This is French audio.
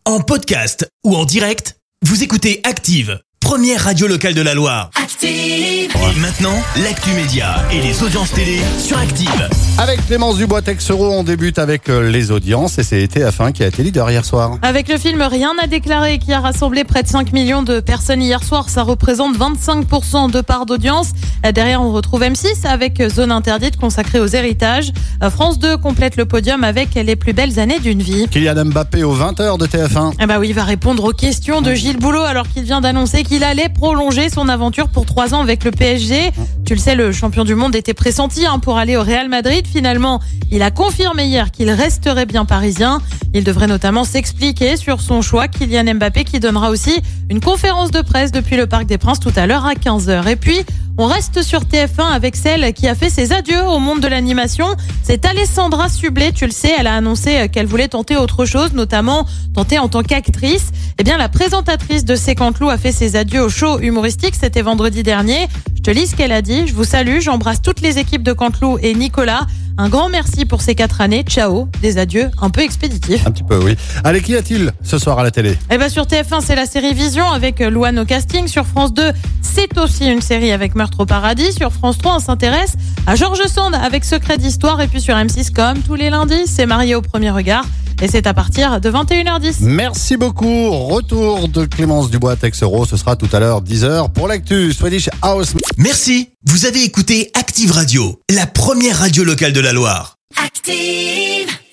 En podcast ou en direct, vous écoutez Active, première radio locale de la Loire. Active! Et maintenant, l'actu média et les audiences télé sur Active. Avec Clémence Dubois-Texero, on débute avec les audiences et c'est TF1 qui a été leader hier soir. Avec le film Rien à déclarer qui a rassemblé près de 5 millions de personnes hier soir, ça représente 25% de part d'audience. Derrière, on retrouve M6 avec Zone interdite consacrée aux héritages. France 2 complète le podium avec Les plus belles années d'une vie. Kylian Mbappé aux 20h de TF1. Oui, il va répondre aux questions de Gilles Boulot alors qu'il vient d'annoncer qu'il allait prolonger son aventure pour 3 ans avec le PSG. Tu le sais, le champion du monde était pressenti pour aller au Real Madrid. Finalement, il a confirmé hier qu'il resterait bien parisien. Il devrait notamment s'expliquer sur son choix. Kylian Mbappé qui donnera aussi une conférence de presse depuis le Parc des Princes tout à l'heure à 15h. Et puis, on reste sur TF1 avec celle qui a fait ses adieux au monde de l'animation. C'est Alessandra Sublet, tu le sais, elle a annoncé qu'elle voulait tenter autre chose, notamment tenter en tant qu'actrice. La présentatrice de C'est Canteloup a fait ses adieux au show humoristique, c'était vendredi dernier. Je te lis ce qu'elle a dit. Je vous salue, j'embrasse toutes les équipes de Canteloup et Nicolas. Un grand merci pour ces 4 années. Ciao. Des adieux un peu expéditifs. Un petit peu, oui. Allez, qu'y a-t-il ce soir à la télé ? Sur TF1, c'est la série Vision avec Louane au casting. Sur France 2, c'est aussi une série avec Meurtre au paradis. Sur France 3, on s'intéresse à Georges Sand avec Secret d'histoire. Et puis sur M6, comme tous les lundis, c'est Marié au premier regard. Et c'est à partir de 21h10. Merci beaucoup. Retour de Clémence Dubois-Texero. Ce sera tout à l'heure 10h pour l'actu Swedish House. Merci. Vous avez écouté Active Radio, la première radio locale de la Loire. Active!